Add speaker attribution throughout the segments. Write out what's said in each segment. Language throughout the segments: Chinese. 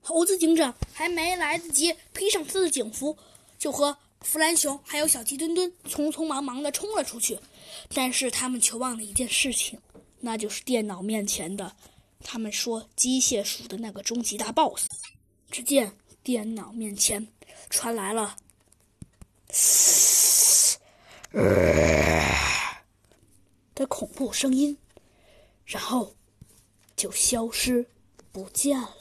Speaker 1: 猴子警长还没来得及披上他的警服，就和弗兰熊还有小鸡墩墩匆匆忙忙地冲了出去。但是他们却忘了一件事情，那就是电脑面前的他们说机械鼠的那个终极大 BOSS。 只见电脑面前传来了的恐怖声音，然后就消失不见了。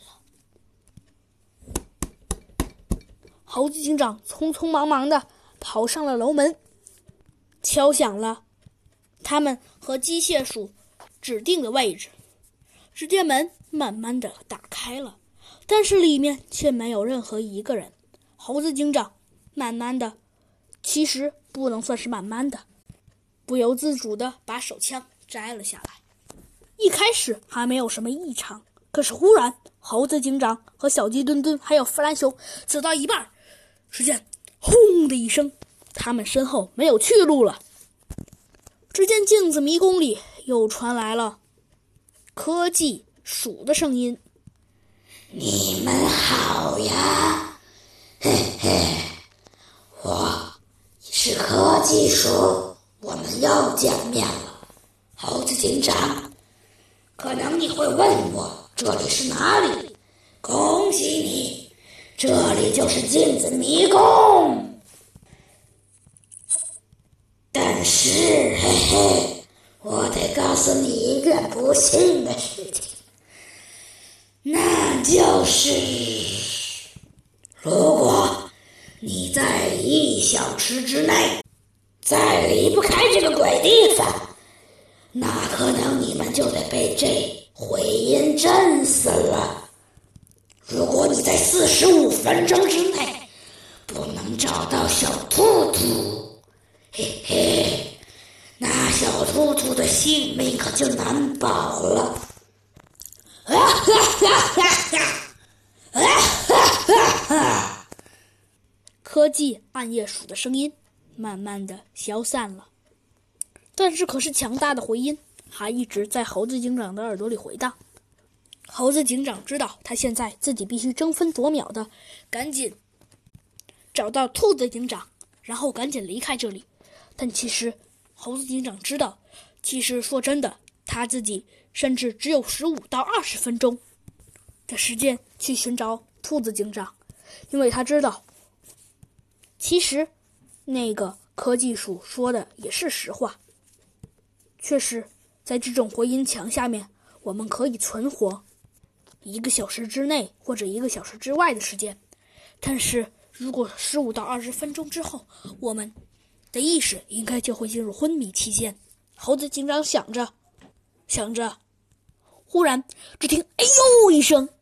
Speaker 1: 猴子警长匆匆忙忙地跑上了楼门，敲响了他们和机械鼠指定的位置。只见门慢慢地打开了，但是里面却没有任何一个人。猴子警长慢慢的，其实不能算是慢慢的，不由自主地把手枪摘了下来。一开始还没有什么异常，可是忽然猴子警长和小鸡墩墩还有弗兰熊走到一半，只见轰的一声，他们身后没有去路了。只见镜子迷宫里又传来了科技鼠的声音：
Speaker 2: 你们好呀，嘿嘿，我是科技鼠，我们又见面了。猴子警长，可能你会问我这里是哪里？恭喜你，这里就是镜子迷宫。但是，嘿嘿，我得告诉你一个不幸的事情，那就是如果你在1小时之内再离不开这个鬼地方，那可能你们就得被这回音震死了。如果你在45分钟之内不能找到小兔兔，嘿嘿，那小兔兔的性命可就难保了。
Speaker 1: 科技暗夜鼠的声音慢慢的消散了，但是强大的回音还一直在猴子警长的耳朵里回荡。猴子警长知道他现在自己必须争分夺秒的赶紧找到兔子警长，然后赶紧离开这里。但其实猴子警长知道，其实说真的，他自己甚至只有15到20分钟的时间去寻找兔子警长，因为他知道其实那个科技鼠说的也是实话，确实在这种回音墙下面我们可以存活1个小时之内或者1个小时之外的时间，但是如果15到20分钟之后，我们的意识应该就会进入昏迷期间。猴子警长想着，忽然只听哎呦一声，